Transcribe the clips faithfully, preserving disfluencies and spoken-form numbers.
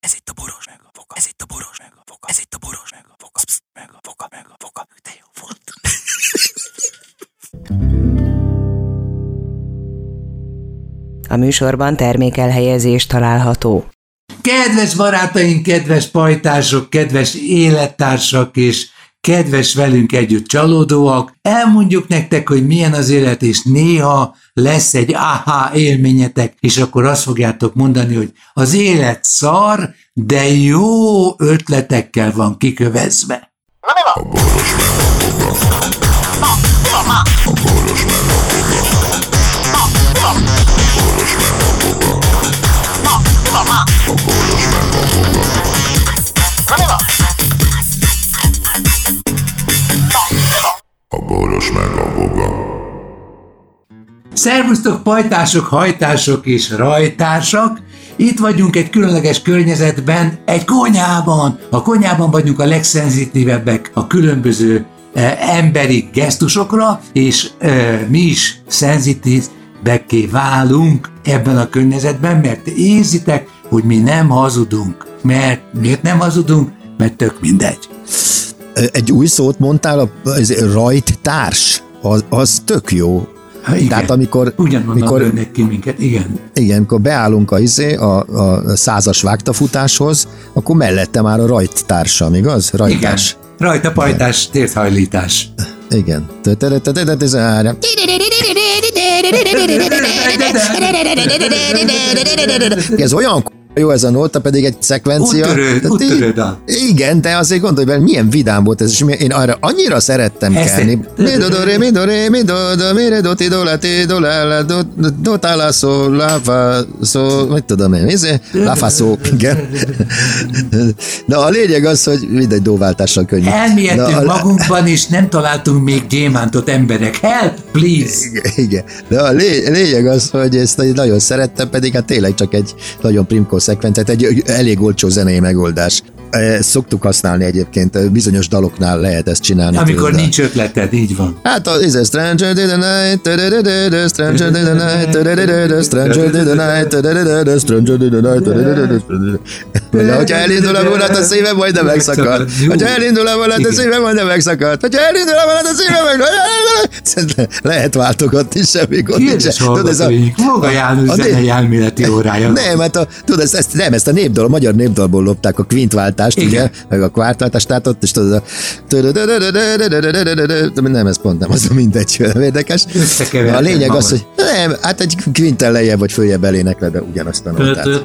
Ez itt a boros meg a foka. Ez itt a boros meg a foka. Ez itt a boros meg a foka. Psz, meg a foka, meg a foka. De jó volt. A műsorban termékelhelyezés található. Kedves barátaink, kedves pajtások, kedves élettársak és kedves velünk együtt csalódóak, elmondjuk nektek, hogy milyen az élet, és néha lesz egy aha élményetek, és akkor azt fogjátok mondani, hogy az élet szar, de jó ötletekkel van kikövezve. Na mi van? A boros meg a foga. Na, mi van már? A boros meg a foga. Na, mi van? A boros meg a foga. Na, mi van már? A boros meg a foga. Na mi van? Na, mi van? A boros meg a foga. Szervusztok, pajtások, hajtások és rajtársak! Itt vagyunk egy különleges környezetben, egy konyhában. A konyhában vagyunk a legszenzitívebbek a különböző eh, emberi gesztusokra, és eh, mi is szenzitívekké válunk ebben a környezetben, mert érzitek, hogy mi nem hazudunk. Mert miért nem hazudunk? Mert tök mindegy. Egy új szót mondtál, ez rajttárs, az, az tök jó. Ha, igen. Tehát amikor... Ugyanonnan mikor, lőnek ki minket, igen. Igen, amikor beállunk a, izé, a, a százas vágtafutáshoz, akkor mellette már a rajttársam, igaz? Rajttárs. Igen. Rajta pajtás, térthajlítás. Igen. Ez olyan jó ez a nóta, pedig egy szekvencia. Úttörő, úttörő dal. Igen, de azért gondolj bele, milyen vidám volt ez, és én arra annyira szerettem kelni. Mi do do re, mi do re, mi do do, mi re do ti do la ti do la la do do ta la so la fa so, mit tudom én, la fa so, igen. Na a lényeg az, hogy mindegy dóváltással könnyű. Elmélyedtünk magunkban, és nem találtunk még gyémántot emberek. Help, please! Igen, de a lényeg az, hogy ezt nagyon szerettem, pedig hát tényleg csak egy nagyon primkó szekvenciát, egy elég olcsó zenei megoldás. Szoktuk használni egyébként, bizonyos daloknál lehet ezt csinálni. Amikor tőle. Nincs ötleted, így van. Hát a ez a Stranger Did the Night, Stranger Did the Night, Stranger Did the Night, Stranger Did the Night. Hogyha elindul a vonat, a szívem majdnem megszakad. Hogyha elindul a vonat, a szívem majdnem megszakad. Hogyha elindul a vonat, a szívem majdnem. Lehet váltogatni, semmi gond nincs. Kérdés hallgatóink, Maga János zenei elméleti órája. Nem, hát a, tudod, ezt, ezt, nem, ezt a népdal, a magyar népdalból lopták, a kvintváltást, ugye, meg a kvártváltást, tehát ott is tudod, a... nem, ez pont nem, az mindegy, érdekes. A lényeg az, hogy nem, hát egy kvinttel lejjebb vagy följebb elénekle, de ugyanazt a notát.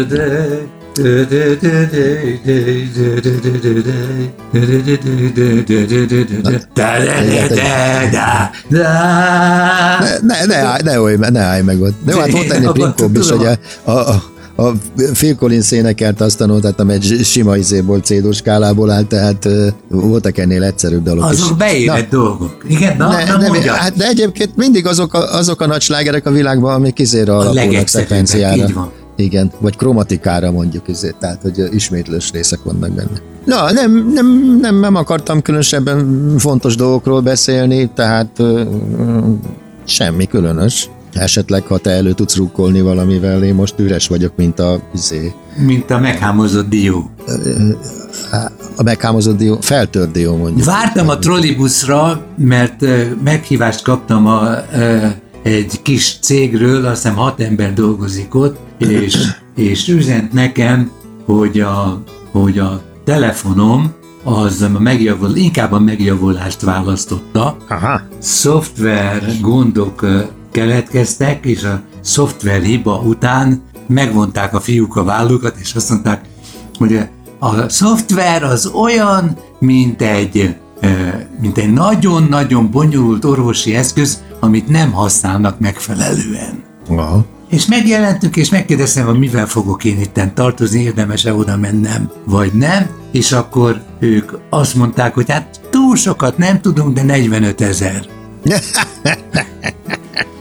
Ne, ne, ne, ne, ne állj meg ott. De hát volt ennél Pinkóbb is, hogy a, a, a Phil Collins énekelt azt a notát, amely egy sima izéból, cé-dur skálából áll, tehát uh, voltak ennél egyszerűbb dalok azok is. Azok beérett dolgok. Igen, na, ne, na nem, mondjad. hát, de egyébként mindig azok a, azok a nagy slágerek a világban, amik izére alapulnak szekvenciára. Így van. Igen, vagy kromatikára mondjuk izé, tehát hogy ismétlős részek vannak benne. Na, nem, nem, nem, nem akartam különösebben fontos dolgokról beszélni, tehát uh, semmi különös. Esetleg, ha te elő tudsz rukkolni valamivel, én most üres vagyok, mint a izé. Mint a meghámozott dió. A meghámozott dió, feltört dió mondjuk. Vártam a trollibuszra, mert uh, meghívást kaptam a, uh, egy kis cégről, azt hiszem hat ember dolgozik ott, és, és üzent nekem, hogy a, hogy a telefonom az a megjavul, inkább a megjavulást választotta. Aha. Szoftver gondok uh, keletkeztek, és a szoftver hiba után megvonták a fiúk a vállukat, és azt mondták, hogy a szoftver az olyan, mint egy, mint egy nagyon-nagyon bonyolult orvosi eszköz, amit nem használnak megfelelően. Aha. És megjelentünk, és megkérdeztem, hogy mivel fogok én itten tartozni, érdemes-e oda mennem, vagy nem, és akkor ők azt mondták, hogy hát túl sokat nem tudunk, de negyvenöt ezer.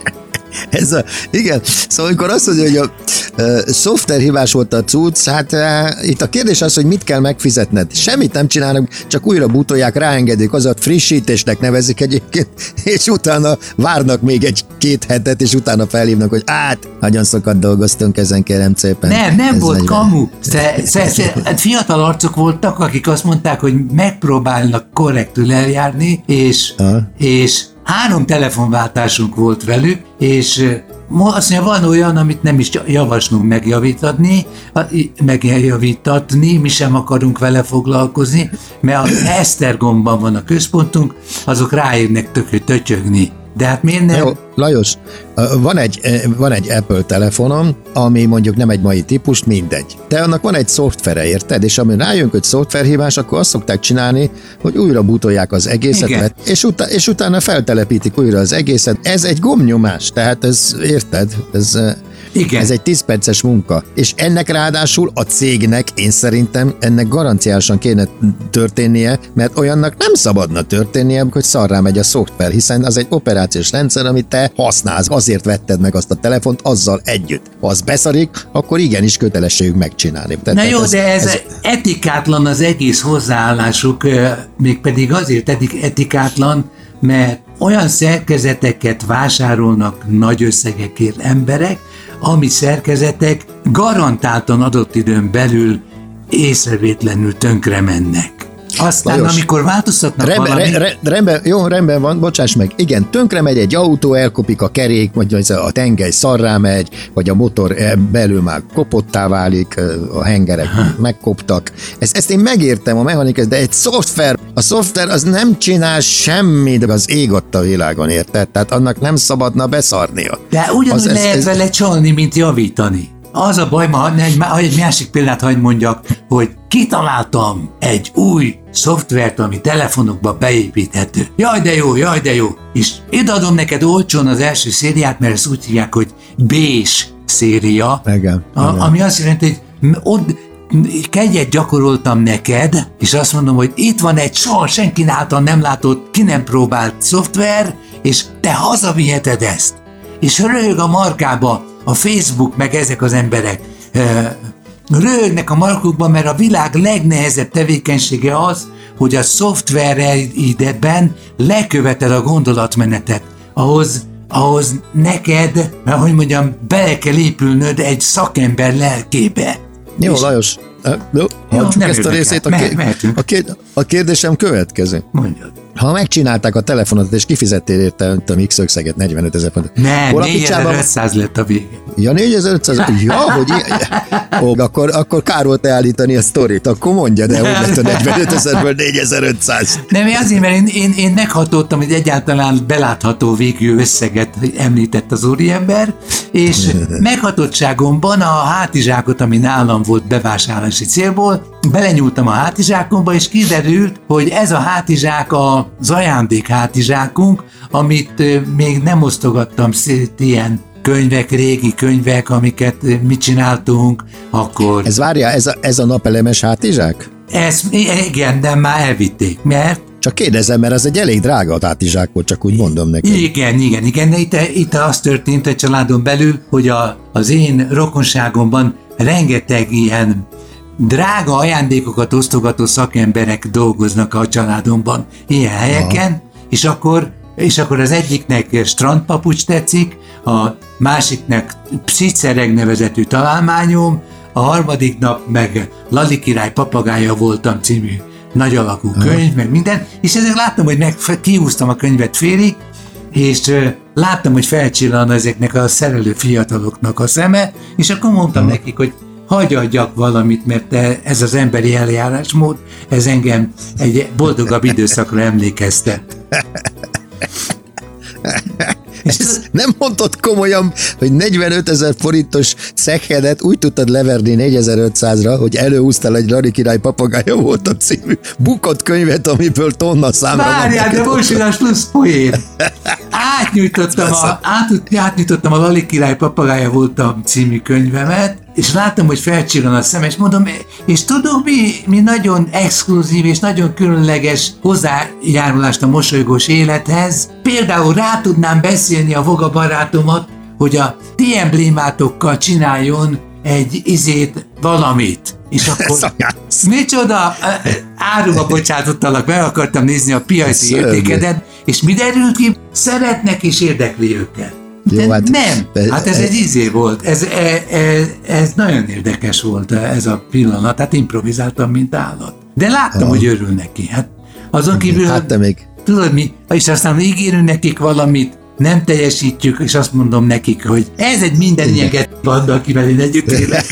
Ez a, igen, szóval amikor azt mondja, hogy a uh, szoftverhibás volt a cucc, hát uh, itt a kérdés az, hogy mit kell megfizetned. Semmit nem csinálnak, csak újra bútolják, ráengedik, az a frissítésnek nevezik egyébként, és utána várnak még egy-két hetet, és utána felhívnak, hogy át, nagyon sokat dolgoztunk ezen, kérem szépen. Nem, nem Ez volt nagy- kamu. Sze, sze, sze, fiatal arcok voltak, akik azt mondták, hogy megpróbálnak korrektül eljárni, és, Aha. és három telefonváltásunk volt velük, és ma azt mondja, van olyan, amit nem is javaslunk megjavítatni, megjavítatni, mi sem akarunk vele foglalkozni, mert az Esztergomban van a központunk, azok ráérnek tök, tötyögni. De hát miért nem? Jó, Lajos, van egy, van egy Apple telefonom, ami mondjuk nem egy mai típus, mindegy. De annak van egy szoftvere, érted? És ami rájönk, hogy szoftverhibás, akkor azt szokták csinálni, hogy újra bútolják az egészet, le, és, utána, és utána feltelepítik újra az egészet. Ez egy gombnyomás, tehát ez, érted? Ez... Igen. Ez egy tíz perces munka. És ennek ráadásul a cégnek, én szerintem ennek garanciálisan kéne történnie, mert olyannak nem szabadna történnie, hogy szarrá megy a szoftver, hiszen az egy operációs rendszer, amit te használsz, azért vetted meg azt a telefont azzal együtt. Ha az beszarik, akkor igenis kötelességük megcsinálni. Tehát na jó, ez, de ez, ez etikátlan az egész hozzáállásuk, mégpedig azért etikátlan, mert olyan szerkezeteket vásárolnak nagy összegekért emberek, ami szerkezetek garantáltan adott időn belül észrevétlenül tönkre mennek. Aztán, Lajos, amikor változtatnak rendben, valami... Re, rendben, jó, rendben van, bocsáss meg. Igen, tönkre megy egy autó, elkopik a kerék, vagy a tengely szarrá megy, vagy a motor belül már kopottá válik, a hengerek megkoptak. Ezt, ezt én megértem a mechanikát, de egy szoftver, a szoftver az nem csinál semmit az ég ott a világon, érted? Tehát annak nem szabadna beszarnia. De ugyanúgy az, lehet ez, vele csalni, mint javítani. Az a baj, ma egy, egy másik példát hagy mondjak, hogy kitaláltam egy új szoftvert, ami telefonokba beépíthető. Jaj, de jó, jaj, de jó. És ideadom neked olcsón az első szériát, mert ezt úgy hívják, hogy bés széria. Igen, a, igen. Ami azt jelenti, hogy ott kegyet gyakoroltam neked, és azt mondom, hogy itt van egy soha senki által nem látott, ki nem próbált szoftver, és te hazaviheted ezt. És röhög a markába a Facebook, meg ezek az emberek. Röhögnek a markukban, mert a világ legnehezebb tevékenysége az, hogy a szoftverrel ideben leköveted a gondolatmenetet. Ahhoz, ahhoz neked, hogy mondjam, bele kell épülnöd egy szakember lelkébe. Jó, és Lajos, jó, hagyjuk ezt a részét. A, ké- a, ké- a kérdésem következő. Mondjad. Ha megcsinálták a telefonodat, és kifizettél érte a X összeget negyvenöt ezer fontot. Nem, négyezer-ötszáz lett a vége. Ja, négyezer-ötszáz? Ja, hogy Ó, akkor, akkor kár volt állítani a sztorit, akkor mondja, de hogy lett a negyvenöt ezerből négyezer-ötszáz. Nem, azért, mert én, én, én meghatottam, hogy egyáltalán belátható végű összeget említett az úriember, és meghatottságomban a hátizsákot, ami nálam volt bevásárlási célból, belenyúltam a hátizsákomba, és kiderült, hogy ez a hátizsák az ajándék hátizsákunk, amit még nem osztogattam szét ilyen könyvek, régi könyvek, amiket mi csináltunk, akkor... Ez várjál, ez a, ez a napelemes hátizsák? Ez, igen, de már elvitték, mert... Csak kérdezem, mert ez egy elég drága hátizsák volt, csak úgy mondom neked. Igen, igen, igen, de itt, itt az történt a családon belül, hogy a, az én rokonságomban rengeteg ilyen drága ajándékokat osztogató szakemberek dolgoznak a családomban ilyen helyeken, aha. és akkor és akkor az egyiknek strandpapucs tetszik, a másiknak Pszicereg nevezetű találmányom, a harmadik nap meg Lali király papagája voltam című nagy alakú könyv, aha. meg minden, és ezek láttam, hogy meg kiúztam a könyvet félig, és uh, láttam, hogy felcsillan ezeknek a szerelő fiataloknak a szeme, és akkor mondtam aha. nekik, hogy hagyj adjak valamit, mert ez az emberi eljárásmód, ez engem egy boldogabb időszakra emlékeztet. Ezt nem mondtad komolyan, hogy negyvenöt ezer forintos szekhedet úgy tudtad leverni négyezer-ötszázra, hogy előhúztál egy Lali király papagája voltam című bukott könyvet, amiből tonna számra van. Várjál, de most jön a slusz poén. Átnyújtottam a, át, átnyújtottam a Lali király papagája voltam című könyvemet, és láttam, hogy felcsillan a szem, és mondom, és tudom, mi, mi nagyon exkluzív és nagyon különleges hozzájárulást a mosolygós élethez. Például rá tudnám beszélni a Voga barátomat, hogy a ti emblémátokkal csináljon egy izét, valamit. És akkor micsoda áruba bocsátottalak, meg akartam nézni a piaci értékedet, és mi derült ki? Szeretnek és érdekli őket. De jó, hát, nem, hát ez egy izé volt, ez, ez, ez nagyon érdekes volt ez a pillanat, hát improvizáltam, mint állat. De láttam, ha. hogy örül neki. Hát azon kívül, hát te még. Tudod mi, és aztán ígérünk nekik valamit, nem teljesítjük, és azt mondom nekik, hogy ez egy minden ilyeget banda, akivel én együtt élek.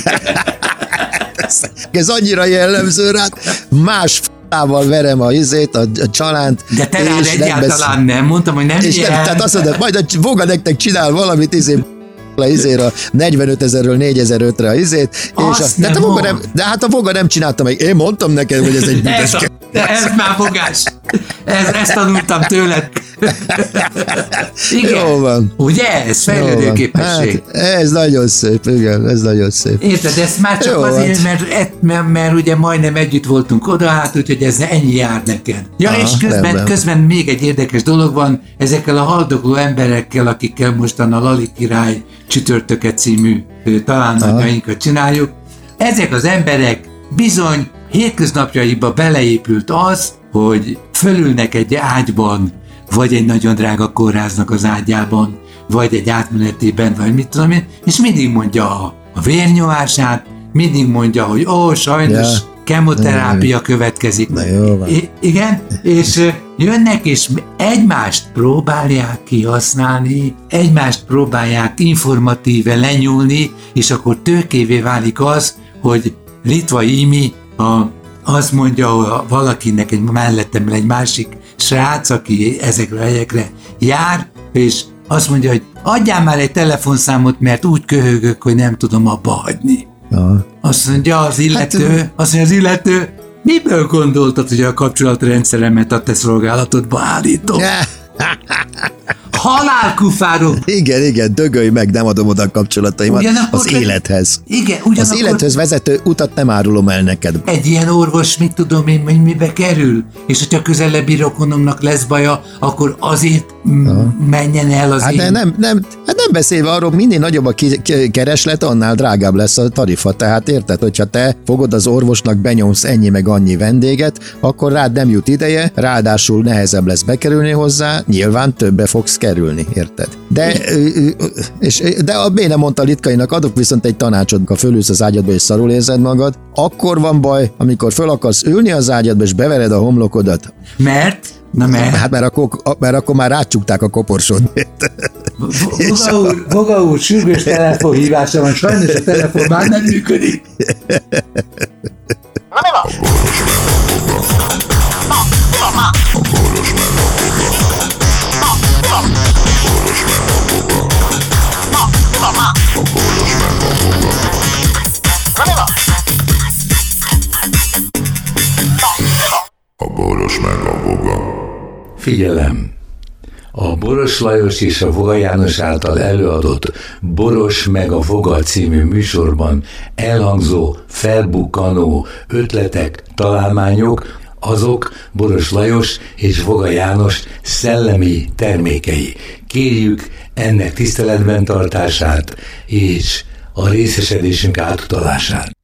Ez annyira jellemző rád, más f***ával verem a izét, a, a csalánt. De te rád egyáltalán nem, nem, mondtam, hogy nem és ilyen. Nem, tehát azt mondod, majd a Voga nektek csinál valamit izé, a izér a negyvenöt ezerről négyezer-ötre a izét, és a, de, a Voga nem, de hát a Voga nem csinálta meg. Én mondtam neked, hogy ez egy büdös. Ez, ez már fogás. Ez, ezt tanultam tőled. Igen. Jó van. Ugye? Ez fejlődőképesség. Hát, ez nagyon szép, igen, ez nagyon szép. Érted, ezt már csak jó, azért, mert, mert, mert ugye majdnem együtt voltunk oda, hát úgyhogy ez ennyi jár neked. Ja, aha, és közben, közben még egy érdekes dolog van, ezekkel a haldokló emberekkel, akikkel mostan a Lali Király Csütörtöke című találmányainkat csináljuk. Ezek az emberek bizony hétköznapjaiba beleépült az, hogy fölülnek egy ágyban, vagy egy nagyon drága kórháznak az ágyában, vagy egy átmenetében, vagy mit tudom én, és mindig mondja a, a vérnyomását, mindig mondja, hogy ó, sajnos ja. kemoterápia következik. I- igen, és jönnek, és egymást próbálják kihasználni, egymást próbálják informatíve lenyúlni, és akkor tőkévé válik az, hogy Litva Imi a azt mondja hogy valakinek egy mellettem egy másik srác, aki ezekre a helyekre jár, és azt mondja, hogy adjál már egy telefonszámot, mert úgy köhögök, hogy nem tudom abba hagyni. Aha. Azt mondja az illető, hát, azt mondja az illető, miből gondoltad, hogy a kapcsolatrendszeremet a te szolgálatodba állítom? Halálkufárok! Igen, igen, dögölj meg, nem adom oda a kapcsolataimat ugyanakkor az élethez. Igen, ugyanakkor... Az élethez vezető utat nem árulom el neked. Egy ilyen orvos, mit tudom én, hogy mibe kerül? És hogyha közelebbi rokonomnak lesz baja, akkor azért m- menjen el az hát én... Nem, nem, hát nem beszélve arról, minél nagyobb a kereslet, annál drágább lesz a tarifa. Tehát érted, hogyha te fogod az orvosnak, benyomsz ennyi meg annyi vendéget, akkor rád nem jut ideje, ráadásul nehezebb lesz bekerülni hozzá, nyilván többe fogsz kerülni, érted? De, és, de a Béne mondta Litkainak, adok viszont egy tanácsot, ha fölülsz az ágyadba és szarul érzed magad, akkor van baj, amikor föl akarsz ülni az ágyadba és bevered a homlokodat. Mert? Na mert? Hát mert akkor, mert akkor már rácsukták a koporsót. Voga úr, Voga úr, sürgős telefonhívása van, sajnos a telefon már nem működik. Na mi van? A Boros meg a Voga. Figyelem! A Boros Lajos és a Voga János által előadott Boros meg a Voga című műsorban elhangzó, felbukkanó ötletek, találmányok, azok Boros Lajos és Voga János szellemi termékei. Kérjük ennek tiszteletben tartását és a részesedésünk átutalását.